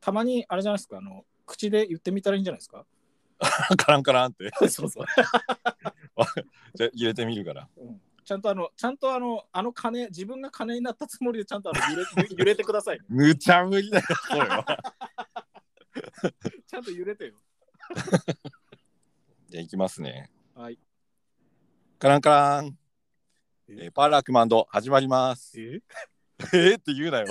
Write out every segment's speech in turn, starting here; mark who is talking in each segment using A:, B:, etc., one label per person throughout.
A: たまにあれじゃないですか、口で言ってみたらいいんじゃないですか。
B: カランカランって
A: そうそう。
B: じゃあ入れてみるから、
A: ちゃんと鐘、自分が鐘になったつもりでちゃんと揺れてください、ね。
B: むちゃ無理だよそれは
A: ちゃんと揺れてよ。
B: じゃあいきますね。
A: はい。
B: カランカラン、パーラークマンド始まります。って言うなよ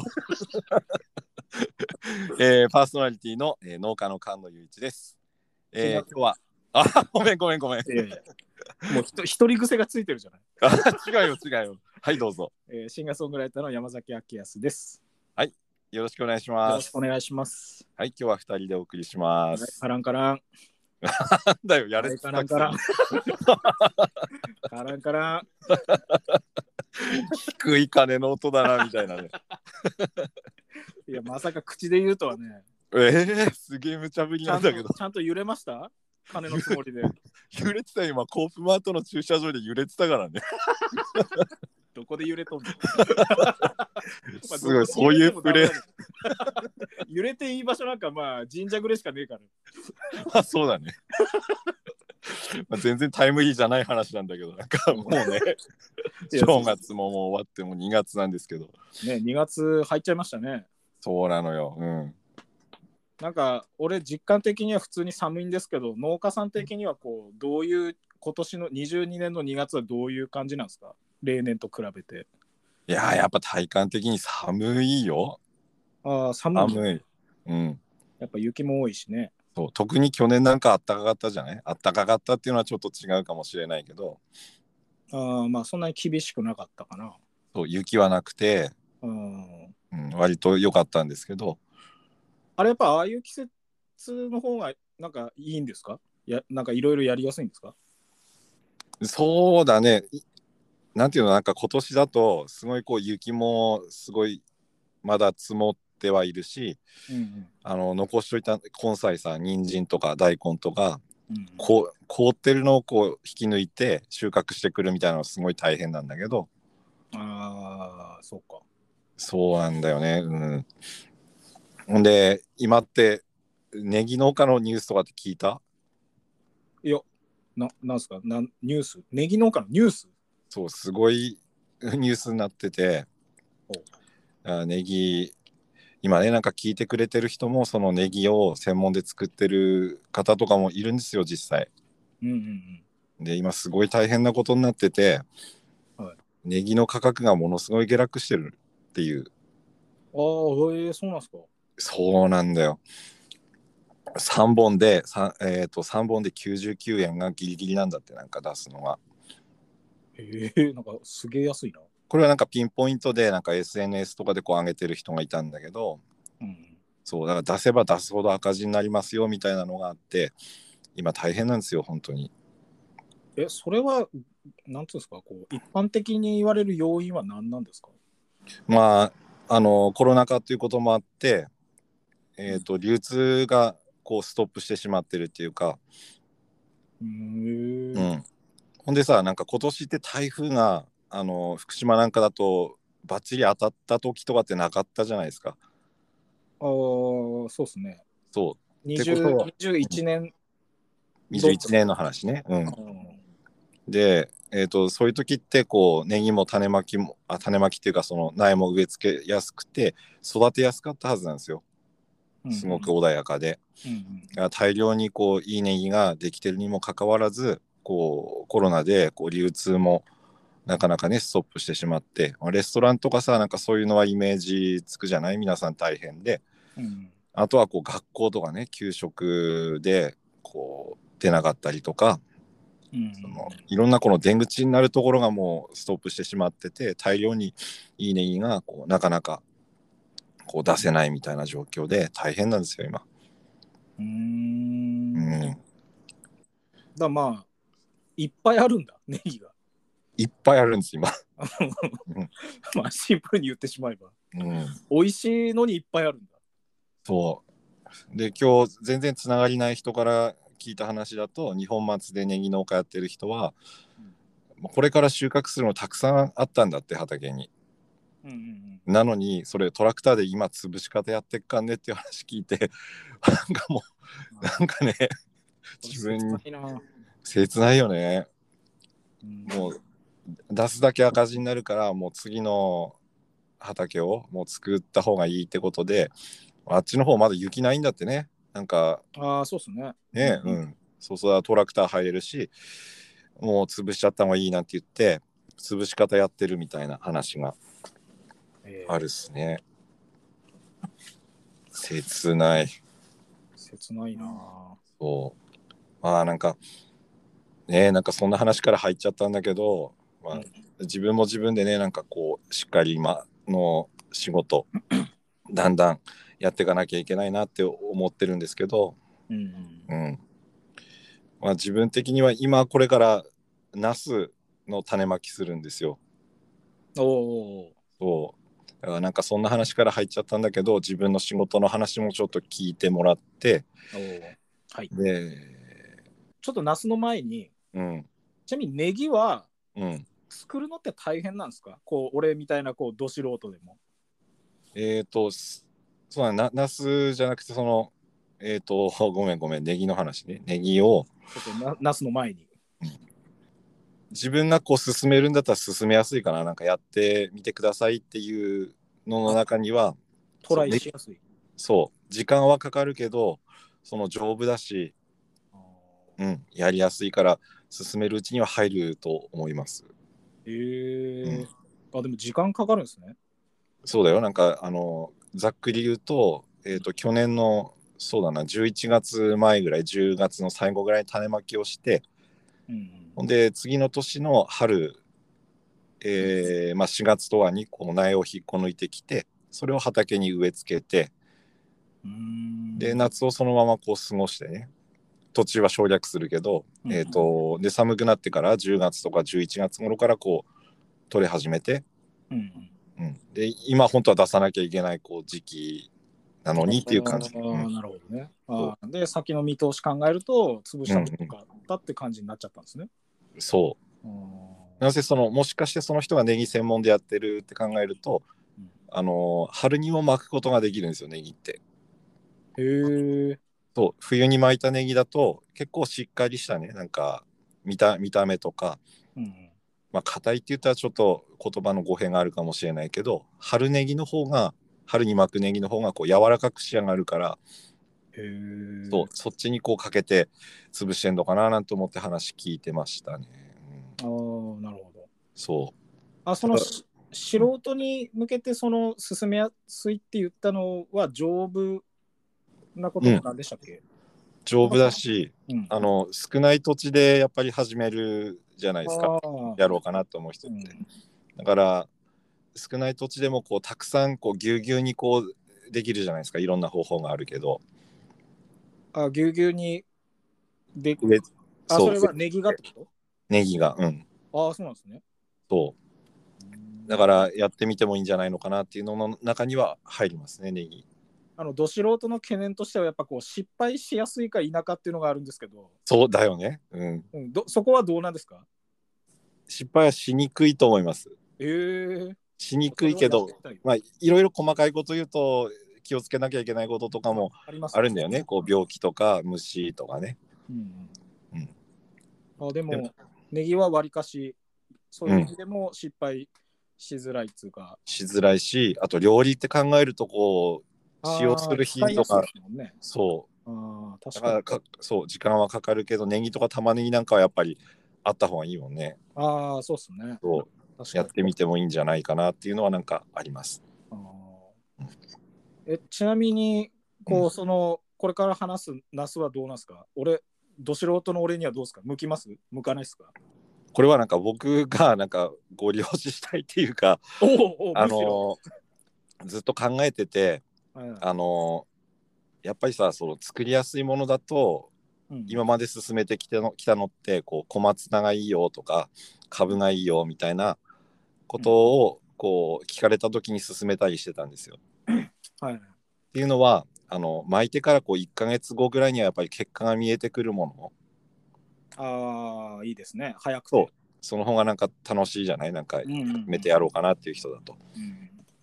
B: パーソナリティの、農家の菅野雄一です。今日はごめんも
A: う一人癖がついてるじゃない
B: 違うよはいどうぞ。
A: シンガーソングライターの山崎明康です。
B: はい、よろしくお願いします。
A: よろしくお願いします。
B: はい、今日は2人でお送りします。
A: はい、カランカラン
B: なんだよやれてたくせに、
A: カランカラン
B: 低い鐘の音だなみたいなね
A: いやまさか口で言うとはね。
B: すげえ無茶ぶりなんだけど、
A: ちゃんと揺れました。鐘のつもりで
B: 揺れてた。今コープマートの駐車場で揺れてたからね
A: どこで揺れとんの
B: すごいそういうプレー
A: 揺れていい場所なんかまあ神社ぐらいしかねえから
B: そうだね全然タイムリーじゃない話なんだけど、なんかもうね正月ももう終わっても2月なんですけど
A: ね、2月入っちゃいましたね。
B: そうなのよ。
A: なんか俺実感的には普通に寒いんですけど、農家さん的にはこうどういう今年の22年の2月はどういう感じなんですか、例年と比べて。
B: いややっぱ体感的に寒いよ。
A: 寒
B: い。
A: やっぱ雪も多いしね。
B: そう特に去年なんかあったかかったじゃない。あったかかったっていうのはちょっと違うかもしれないけど、
A: まあそんなに厳しくなかったかな。
B: そう雪はなくて、割と良かったんですけど、
A: あれやっぱああいう季節の方がなんかいいんですか。なんかいろいろやりやすいんですか。
B: そうだね。なんていうの、なんか今年だとすごいこう雪もすごいまだ積もってはいるし、残しといた根菜さ、人参とか大根とか、凍ってるのをこう引き抜いて収穫してくるみたいなのすごい大変なんだけど。
A: そうか。
B: そうなんだよね。ほんで今ってネギ農家のニュースとかって聞いた？
A: いや、なんすか、ニュース、ネギ農家のニュース。
B: そうすごいニュースになってて、ネギ今ねなんか聞いてくれてる人もそのネギを専門で作ってる方とかもいるんですよ実際。で今すごい大変なことになってて、ネギの価格がものすごい下落してるっていう。
A: そうなんですか。
B: そうなんだよ。3本で3本で99円がギリギリなんだって、なんか出すのは。
A: なんかすげえ安いな。
B: これはなんかピンポイントでなんか SNS とかでこう上げてる人がいたんだけど、そうだから出せば出すほど赤字になりますよみたいなのがあって、今大変なんですよ本当に。
A: それはなんつうんですか、こう一般的に言われる要因は何なんですか。
B: まあコロナ禍ということもあって、流通がこうストップしてしまってるっていうか。ほんでさ、なんか今年って台風が福島なんかだとバッチリ当たった時とかってなかったじゃないですか。
A: そうですね。
B: そう
A: 21年
B: 21年の話ね。で、そういう時ってこうネギも種まきっていうかその苗も植え付けやすくて育てやすかったはずなんですよ。すごく穏やかで、大量にこういいネギができてるにもかかわらず、こうコロナでこう流通もなかなかねストップしてしまって、レストランとかさ、なんかそういうのはイメージつくじゃない、皆さん大変で、あとはこう学校とかね給食でこう出なかったりとか、いろんなこの出口になるところがもうストップしてしまってて、大量にいいネギがこうなかなかこう出せないみたいな状況で大変なんですよ今。
A: だまあいっぱいあるんだ、ネギが。
B: いっぱいあるんです今
A: まあシンプルに言ってしまえば、美味しいのにいっぱいあるんだ。
B: そうで、今日全然つながりない人から聞いた話だと、二本松でネギ農家やってる人は、これから収穫するのたくさんあったんだって、畑に。
A: うんうんうん、
B: なのにそれトラクターで今潰し方やってっかんねっていう話聞いてなんかもうなんかね自分に切ないよね、うん、もう出すだけ赤字になるからもう次の畑をもう作った方がいいってことで、あっちの方まだ雪ないんだってね。なんか
A: そうっすね。
B: ね、うん、そうそうトラクター入れるしもう潰しちゃった方がいいなんて言って潰し方やってるみたいな話があるっすね。切ない。
A: 切ないな。
B: そうなんかねなんかそんな話から入っちゃったんだけど、自分も自分でねなんかこうしっかり今の仕事だんだんやっていかなきゃいけないなって思ってるんですけど、自分的には今これからナスの種まきするんですよ。そうだからなんかそんな話から入っちゃったんだけど自分の仕事の話もちょっと聞いてもらって、
A: はい、
B: で
A: ちょっとナスの前に、ちなみにネギは作るのって大変なんですか？こう俺みたいなこうど素人でも。
B: そうだね、ナスじゃなくてそのごめんネギの話ね。ネギを
A: ナスの前に、
B: 自分がこう進めるんだったら進めやすいかな。なんかやってみてくださいっていうのの中には
A: トライしやすい。
B: そう時間はかかるけどその丈夫だし、やりやすいから進めるうちには入ると思います。
A: でも時間かかるんですね。
B: そうだよ。なんかざっくり言うと、去年のそうだな11月前ぐらい10月の最後ぐらいに種まきをして、ほんで次の年の春、4月とかにこの苗を引っこ抜いてきてそれを畑に植え付けて、で夏をそのままこう過ごしてね、土地は省略するけど、で寒くなってから10月とか11月頃からこう取れ始めて、で今本当は出さなきゃいけないこう時期なのにっていう感じ。
A: なるほどね。で先の見通し考えると潰したとかだって感じになっちゃったんですね。
B: そうなぜそのもしかしてその人がネギ専門でやってるって考えると、春にも巻くことができるんですよネギって。
A: へえ。
B: そう冬に巻いたネギだと結構しっかりしたねなんか見た目とか、硬いって言ったらちょっと言葉の語弊があるかもしれないけど春ネギの方が春に巻くネギの方がこう柔らかく仕上がるから、そっちにこうかけて潰してんのかななんて思って話聞いてましたね。
A: なるほど。
B: そう
A: その素人に向けてその進めやすいって言ったのは丈夫なことなんでしたっけ？
B: 丈夫だし、少ない土地でやっぱり始めるじゃないですか、やろうかなと思う人って、だから少ない土地でもこうたくさんこうぎゅうぎゅうにこうできるじゃないですか。いろんな方法があるけど
A: ぎゅうぎゅうにでそれはネギがってこと？
B: ネギが
A: そうなんですね。
B: そうだからやってみてもいいんじゃないのかなっていうのの中には入りますねネギ。
A: ど素人の懸念としてはやっぱこう失敗しやすいか否かっていうのがあるんですけど。
B: そうだよね。
A: そこはどうなんですか？
B: 失敗はしにくいと思います。しにくいけど、いろいろ細かいこと言うと気をつけなきゃいけないこととかもあるんだよね。こう病気とか虫とかね。
A: でもネギはわりかしそういう意味でも失敗しづらいっていうか、
B: しづらいし、あと料理って考えるとこう使用する頻度がそうだからそう時間はかかるけどネギとか玉ねぎなんかはやっぱりあった方がいいもんね。
A: そうっすね。
B: やってみてもいいんじゃないかなっていうのはなんかあります。
A: ちなみにこう、これから話すナスはどうなんですか？ど素人の俺にはどうですか？向きます？向かないですか？
B: これはなんか僕がなんかご利用ししたいっていうかずっと考えてて、やっぱりさその作りやすいものだと、今まで進めてきたのってこう小松菜がいいよとか株がいいよみたいなことをこう聞かれた時に進めたりしてたんですよ。っていうのは巻いてからこう1ヶ月後ぐらいにはやっぱり結果が見えてくるも
A: の。いいですね。早く
B: て。その方がなんか楽しいじゃない？なんか決めてやろうかなっていう人だと。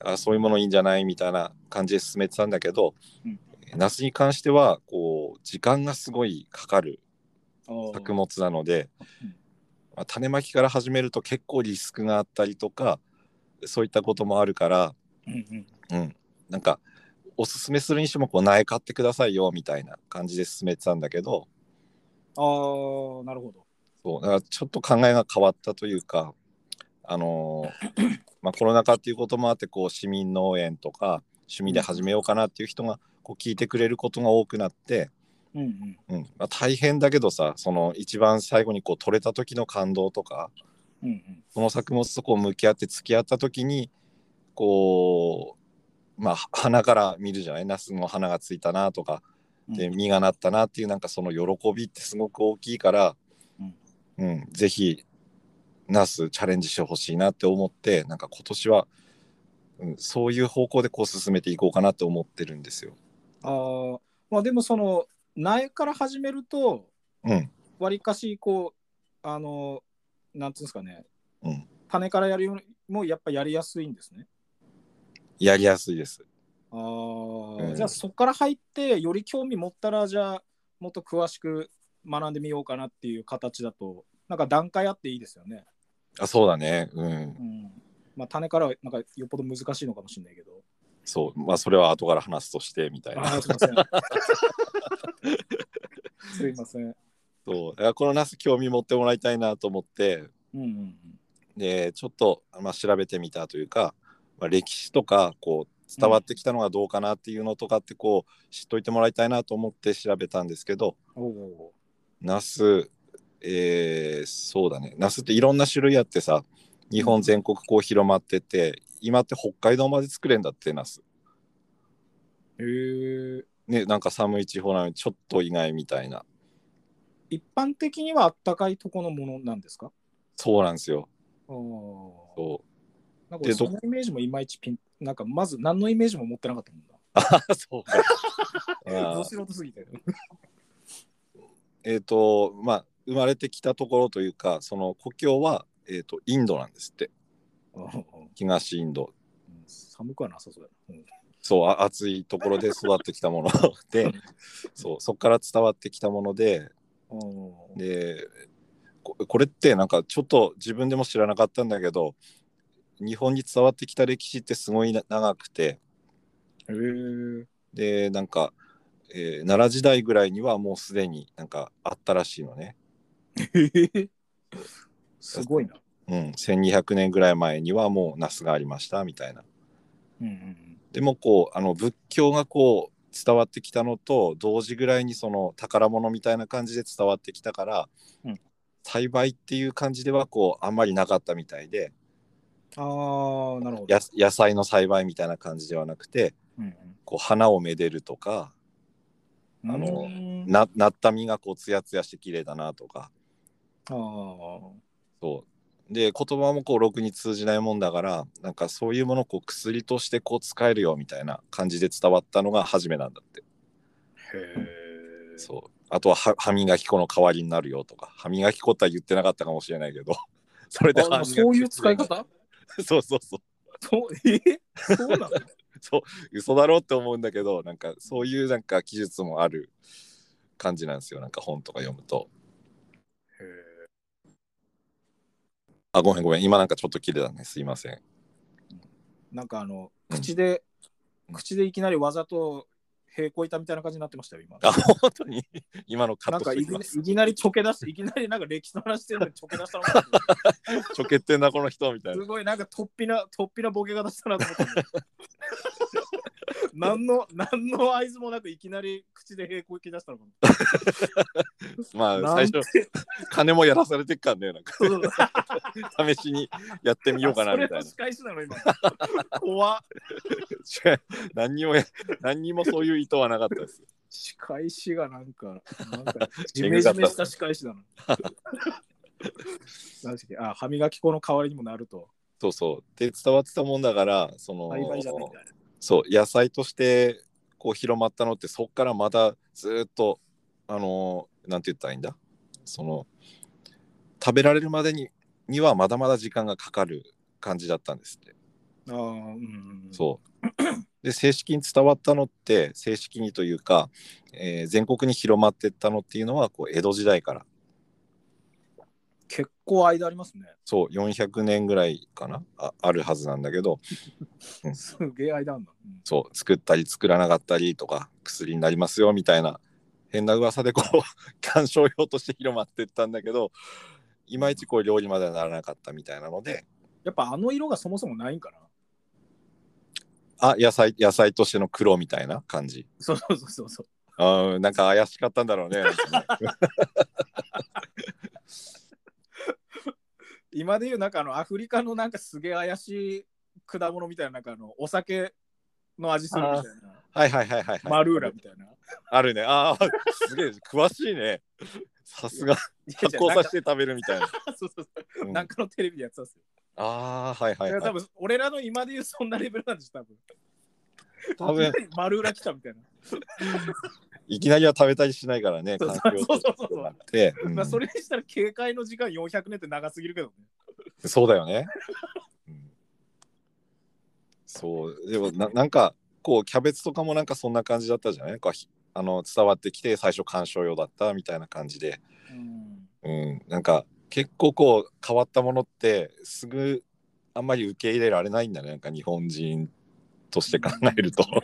B: そういうものいいんじゃないみたいな感じで進めてたんだけど、ナスに関してはこう時間がすごいかかる作物なので、種まきから始めると結構リスクがあったりとかそういったこともあるから、なんかおすすめするにしてもこう苗買ってくださいよみたいな感じで進めてたんだけど、
A: なるほど。
B: そうだからちょっと考えが変わったというか、コロナ禍っていうこともあってこう市民農園とか趣味で始めようかなっていう人がこう聞いてくれることが多くなって、大変だけどさ、その一番最後にこう取れた時の感動とか、その作物とこう向き合って付き合った時にこう花から見るじゃない、ナスの花がついたなとかで実がなったなっていうなんかその喜びってすごく大きいから、ぜひナスチャレンジしてほしいなって思って、なんか今年は、そういう方向でこう進めていこうかなと思ってるんですよ。
A: でもその苗から始めるとわりかしこうなんていうんですかね、種からやるよりもやっぱやりやすいんですね。
B: やりやすいです。
A: じゃあそこから入ってより興味持ったらじゃあもっと詳しく学んでみようかなっていう形だとなんか段階あっていいですよね。
B: そうだね。
A: 種からはなんかよっぽど難しいのかもしれないけど。
B: そう、それは後から話すとしてみたいな。
A: すいません。すいません。
B: そう、このナス興味持ってもらいたいなと思って、でちょっと、調べてみたというか、歴史とかこう伝わってきたのがどうかなっていうのとかってこう知っといてもらいたいなと思って調べたんですけど、ナス、そうだね、ナスっていろんな種類あってさ、日本全国こう広まってて、今って北海道まで作れんだって、ナス。ね、なんか寒い地方なのにちょっと意外みたいな。
A: 一般的にはあったかいとこのものなんですか？
B: そうなんですよ。
A: なんかそのイメージもいまいちなんかまず何のイメージも持ってなかったもんだ。
B: そうか。
A: ど素人すぎて。
B: 生まれてきたところというか、その故郷は、インドなんですって。東インド。
A: 寒くはなさそうだな。
B: そう、暑いところで育ってきたもので、そこから伝わってきたもので、これってなんかちょっと自分でも知らなかったんだけど、日本に伝わってきた歴史ってすごい長くて、でなんか、奈良時代ぐらいにはもうすでになんかあったらしいのね。
A: すごいな。
B: 1200年ぐらい前にはもうナスがありましたみたいな。でもこう仏教がこう伝わってきたのと同時ぐらいにその宝物みたいな感じで伝わってきたから、栽培っていう感じではこうあんまりなかったみたいで、
A: なるほど。
B: 野菜の栽培みたいな感じではなくて、こう花をめでるとか、なった実がこうツヤツヤして綺麗だなとか、そうで言葉もこうろくに通じないもんだから、なんかそういうものをこう薬としてこう使えるよみたいな感じで伝わったのが初めなんだって。そう、あとは歯磨き粉の代わりになるよとか、歯磨き粉っては言ってなかったかもしれないけどそれで
A: そういう使い方
B: そう
A: そうなの
B: そう、嘘だろって思うんだけど、なんかそういうなんか技術もある感じなんですよ、なんか本とか読むと。ごめん、今なんかちょっと切れたね、すいません。
A: なんか口でいきなりわざと平行板みたいな感じになってましたよ、今。
B: 本当に今のカットしてきます。
A: いきなりちょけ出して、いきなりなんか歴史の話してるのにちょけ出したのか
B: ちょけってんなこの人みたいな。
A: すごいなんか突飛なボケが出したなと思って何の合図もなくいきなり口で平行行き出したのか
B: 最初金もやらされてっからね、なんか試しにやってみようかなみたいな。
A: それの仕返しなの今。怖っ。
B: 何にもそういう意図はなかったです。
A: 仕返しがなんかジメジメした仕返しだな。歯磨き粉の代わりにもなると。
B: そうで伝わってたもんだから、そう野菜としてこう広まったのって、そっからまたずっとなんて言ったらいいんだ、その食べられるまでにはまだまだ時間がかかる感じだったんですって。 そうで正式に伝わったのって正式にというか、全国に広まっていったのっていうのはこう江戸時代から
A: 結構間ありますね。
B: そう400年ぐらいかな あるはずなんだけど、
A: すげえ間あんだ、
B: そう作ったり作らなかったりとか薬になりますよみたいな変な噂でこう鑑賞用として広まっていったんだけどいまいちこう料理まではならなかったみたいなので、
A: やっぱあの色がそもそもないんかな。
B: 野菜としての黒みたいな感じ。
A: そう。
B: なんか怪しかったんだろうね。
A: 今でいうなんかアフリカのなんかすげえ怪しい果物みたいな、なんかお酒の味するみたいな。
B: はい。
A: マルーラみたいな。
B: あるね。すげえ詳しいね。さすが発酵させて食べるみたいな。
A: そう、なんかのテレビでやってたんですよ。
B: はい。
A: 多分俺らの今でいうそんなレベルなんです多分。マルーラ来たみたいな。
B: いきなりは食べたりしないからね。
A: そう。それにしたら警戒の時間400年って長すぎるけどね。
B: そうだよね。そうでもなんかこうキャベツとかもなんかそんな感じだったじゃないこう伝わってきて最初鑑賞用だったみたいな感じで、なんか結構こう変わったものってすぐあんまり受け入れられないんだねなんか日本人として考えると。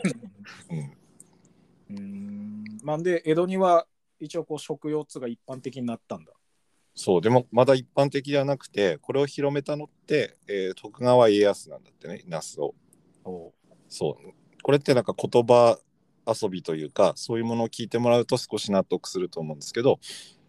A: なんで江戸には一応こう食用が一般的になったんだ。
B: そうでもまだ一般的ではなくてこれを広めたのって、徳川家康なんだってねナスを。そうこれってなんか言葉遊びというかそういうものを聞いてもらうと少し納得すると思うんですけど、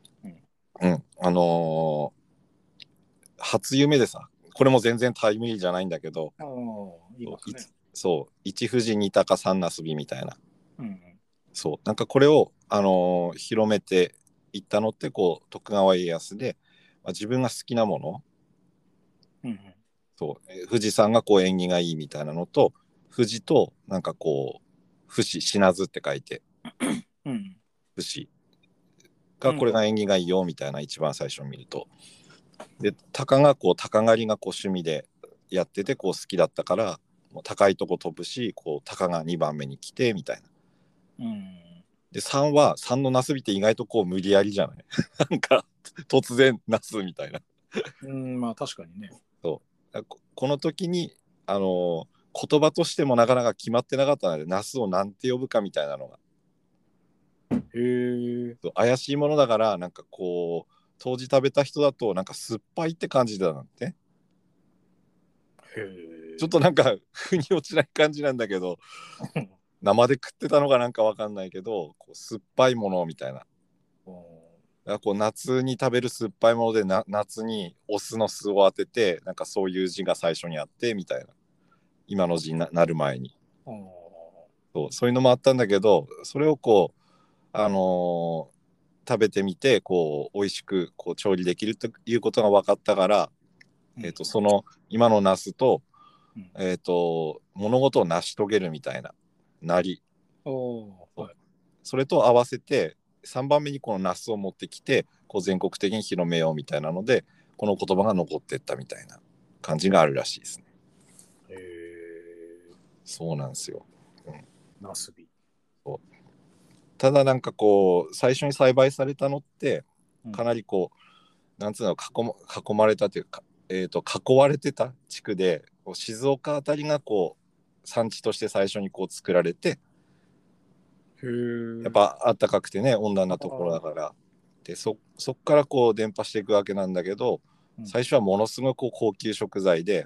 B: 初夢でさこれも全然タイムリーじゃないんだけど、そう一富士二鷹三なすびみたいな、そうなんかこれを、広めていったのってこう徳川家康で、自分が好きなもの、そう富士山がこう縁起がいいみたいなのと富士となんかこう不死死なずって書いて、不死がこれが縁起がいいよみたいな、一番最初見るとで鷹がこう鷹狩りがこう趣味でやっててこう好きだったからもう高いとこ飛ぶしこう鷹が2番目に来てみたいな、で3は3のナスビって意外とこう無理やりじゃないなんか突然ナスみたいな
A: まあ確かにね。
B: そうこの時に言葉としてもなかなか決まってなかったのでナスをなんて呼ぶかみたいなのが怪しいものだからなんかこう当時食べた人だとなんか酸っぱいって感じだなんてちょっとなんか腑に落ちない感じなんだけど生で食ってたのかなんかわかんないけどこう酸っぱいものみたいなだからこう夏に食べる酸っぱいもので夏にお酢の酢を当ててなんかそういう字が最初にあってみたいな今の字になる前にそういうのもあったんだけどそれをこう食べてみてこう美味しくこう調理できるということが分かったから、その今のナスと、物事を成し遂げるみたいななり、それと合わせて3番目にこのナスを持ってきてこう全国的に広めようみたいなのでこの言葉が残っていったみたいな感じがあるらしいですね。そうなんですよ。
A: ナスビ。
B: ただなんかこう最初に栽培されたのってかなりこう、なんつうの囲まれたというか、囲われてた地区で静岡あたりがこう産地として最初にこう作られてやっぱあったかくてね温暖なところだからでそっからこう伝播していくわけなんだけど、最初はものすごくこう高級食材で、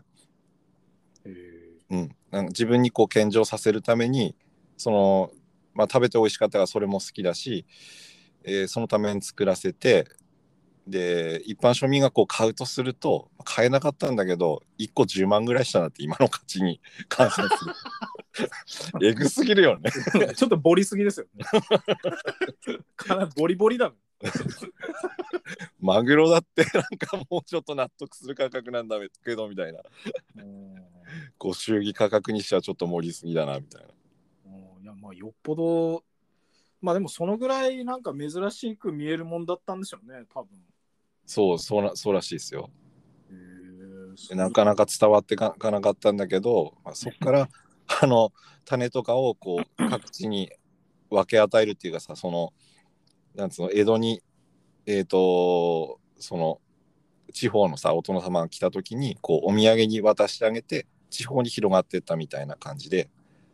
B: なんか自分にこう献上させるためにその食べて美味しかったからそれも好きだし、そのために作らせてで一般庶民がこう買うとすると買えなかったんだけど1個10万ぐらいしたなって今の価値に換算するえぐすぎるよね
A: ちょっとボリすぎですよねかなりボリボリだもん
B: マグロだってなんかもうちょっと納得する価格なんだけどみたいなご祝儀価格にしてはちょっと盛りすぎだなみたいな。
A: いやまあよっぽどまあでもそのぐらいなんか珍しく見えるもんだったんでしょうね多分。
B: そうらしいですよ。 なかなか伝わっていかなかったんだけど、まあ、そこから種とかをこう各地に分け与えるっていうかさ、そのなんつうの、江戸にその地方のさお殿様が来た時にこうお土産に渡してあげて地方に広がってったみたいな感じで、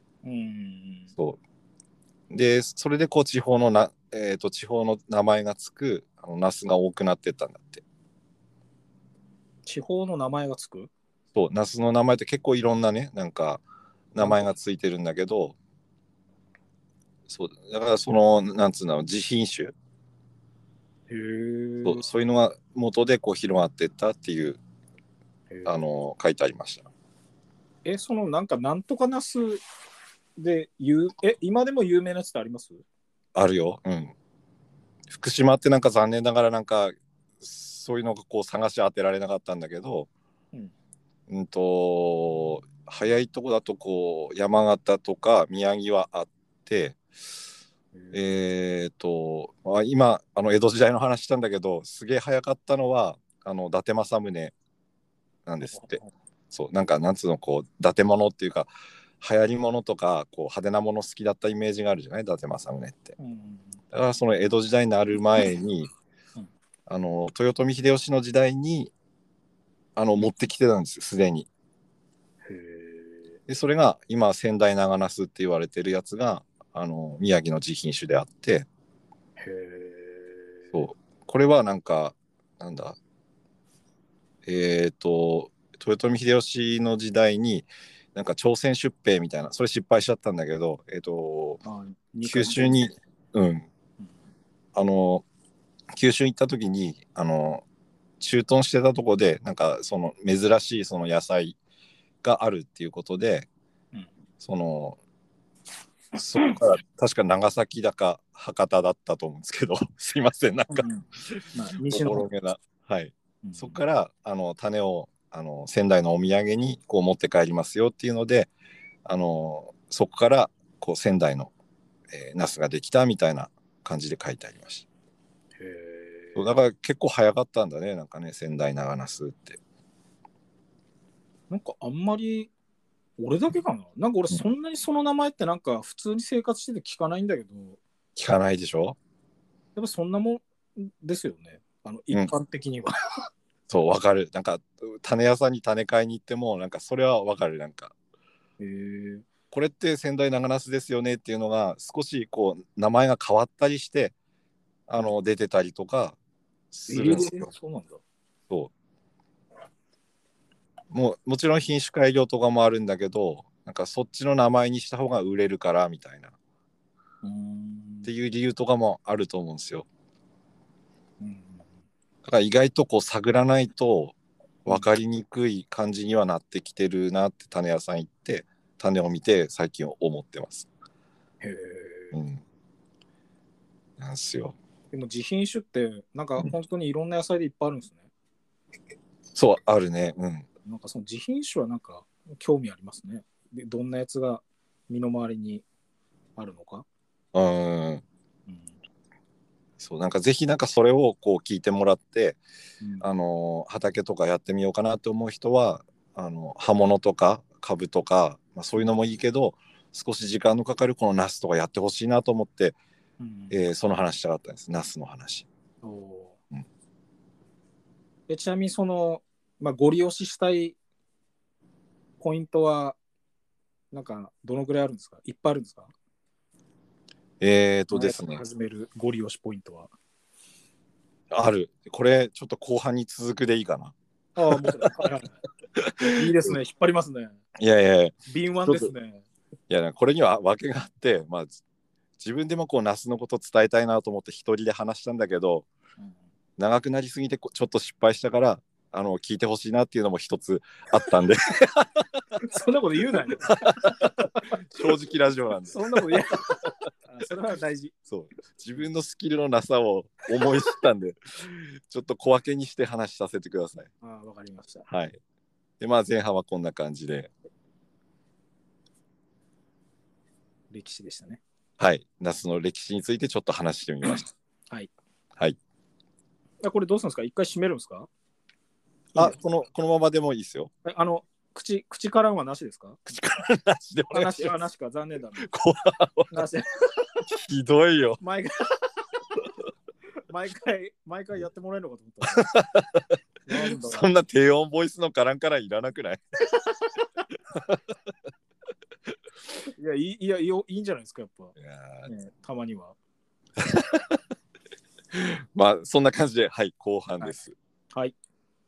B: そうでそれでこう地方の地方の名前がつくナスが多くなってったんだって。
A: 地方の名前がつく？
B: そう、ナスの名前って結構いろんなね、なんか名前がついてるんだけど、そうだからそのなんつうの自品種、そういうのが元でこう広がっていったっていう書いてありました。
A: そのなんかなんとかナスで今でも有名なやつってあります？
B: あるよ。うん。福島ってなんか残念ながらなんかそういうのがこう探し当てられなかったんだけど、早いとこだとこう山形とか宮城はあって、今江戸時代の話したんだけど、すげえ早かったのは伊達政宗なんですって。そうなんかなんつうのこう伊達物っていうか流行り物とかこう派手なもの好きだったイメージがあるじゃない、伊達政宗って。だからその江戸時代になる前に豊臣秀吉の時代に持ってきてたんですよ、すでに。でそれが今仙台長ナスって言われてるやつが宮城の自品種であって、そうこれはなんかなんだ豊臣秀吉の時代になんか朝鮮出兵みたいな、それ失敗しちゃったんだけど、九州に九州に行った時に駐屯してたとこでなんかその珍しいその野菜があるっていうことで、そこから確か長崎だか博多だったと思うんですけどすいませんなんか、
A: 西の方
B: な、はい、そこから種を仙台のお土産にこう持って帰りますよっていうのでそこからこう仙台の、ナスができたみたいな感じで書いてありました。そうだから結構早かったんだね、なんかね、仙台長ナスって。
A: なんかあんまり俺だけかな、なんか俺そんなにその名前ってなんか普通に生活してて聞かないんだけど。
B: 聞かないでしょ。
A: やっぱそんなもんですよね、一般的には。
B: そうわかる。なんか種屋さんに種買いに行ってもなんかそれはわかる。なんかこれって仙台長ナスですよねっていうのが少しこう名前が変わったりして出てたりとかするんですよ。
A: そうなんだ。
B: そうもちろん品種改良とかもあるんだけど、なんかそっちの名前にした方が売れるからみたいなっていう理由とかもあると思うんですよ。だから意外とこう探らないと分かりにくい感じにはなってきてるなって種屋さん行って種を見て最近思ってます。なんすよ。
A: でも自品種ってなんか本当にいろんな野菜でいっぱいあるんですね。
B: そうあるね。
A: なんかその自品種はなんか興味ありますね。でどんなやつが身の回りにあるのか。
B: そうなんかぜひなんかそれをこう聞いてもらって、畑とかやってみようかなと思う人は葉物とか株とか、そういうのもいいけど少し時間のかかるこのナスとかやってほしいなと思って、その話したかったんです。ナスの話。
A: ちなみにその、ご利用ししたいポイントはなんかどのぐらいあるんですか？いっぱいあるんですか？
B: ですね。
A: 始めるご利用しポイントは
B: ある。これちょっと後半に続くでいいかな。
A: もちろん。いいですね。引っ張りますね。
B: いやいや
A: 敏腕ですね。
B: いやこれには訳があって、自分でもこうナスのこと伝えたいなと思って一人で話したんだけど、長くなりすぎてちょっと失敗したから聞いてほしいなっていうのも一つあったんで
A: そんなこと言うなよ。
B: 正直ラジオなんで。
A: そんなこと言うそれは大事。
B: そう自分のスキルのなさを思い知ったんでちょっと小分けにして話させてください。
A: わかりました。
B: はい。で前半はこんな感じで
A: 歴史でしたね。
B: はい、ナスの歴史についてちょっと話してみました。
A: はい。
B: はい。
A: これどうするんですか？一回閉めるんですか？
B: あ、このままでもいいですよ。
A: 口からはなしですか？
B: 口からなしでお願いします。
A: なしか、残念だな。
B: なし。ひどいよ。
A: 毎回やってもらえるのかと思
B: った。そんな低音ボイスのカランカランいらなくない？
A: いや、いいんじゃないですか、やっぱ。たまには。
B: まあ、そんな感じで、はい、後半です。
A: はい。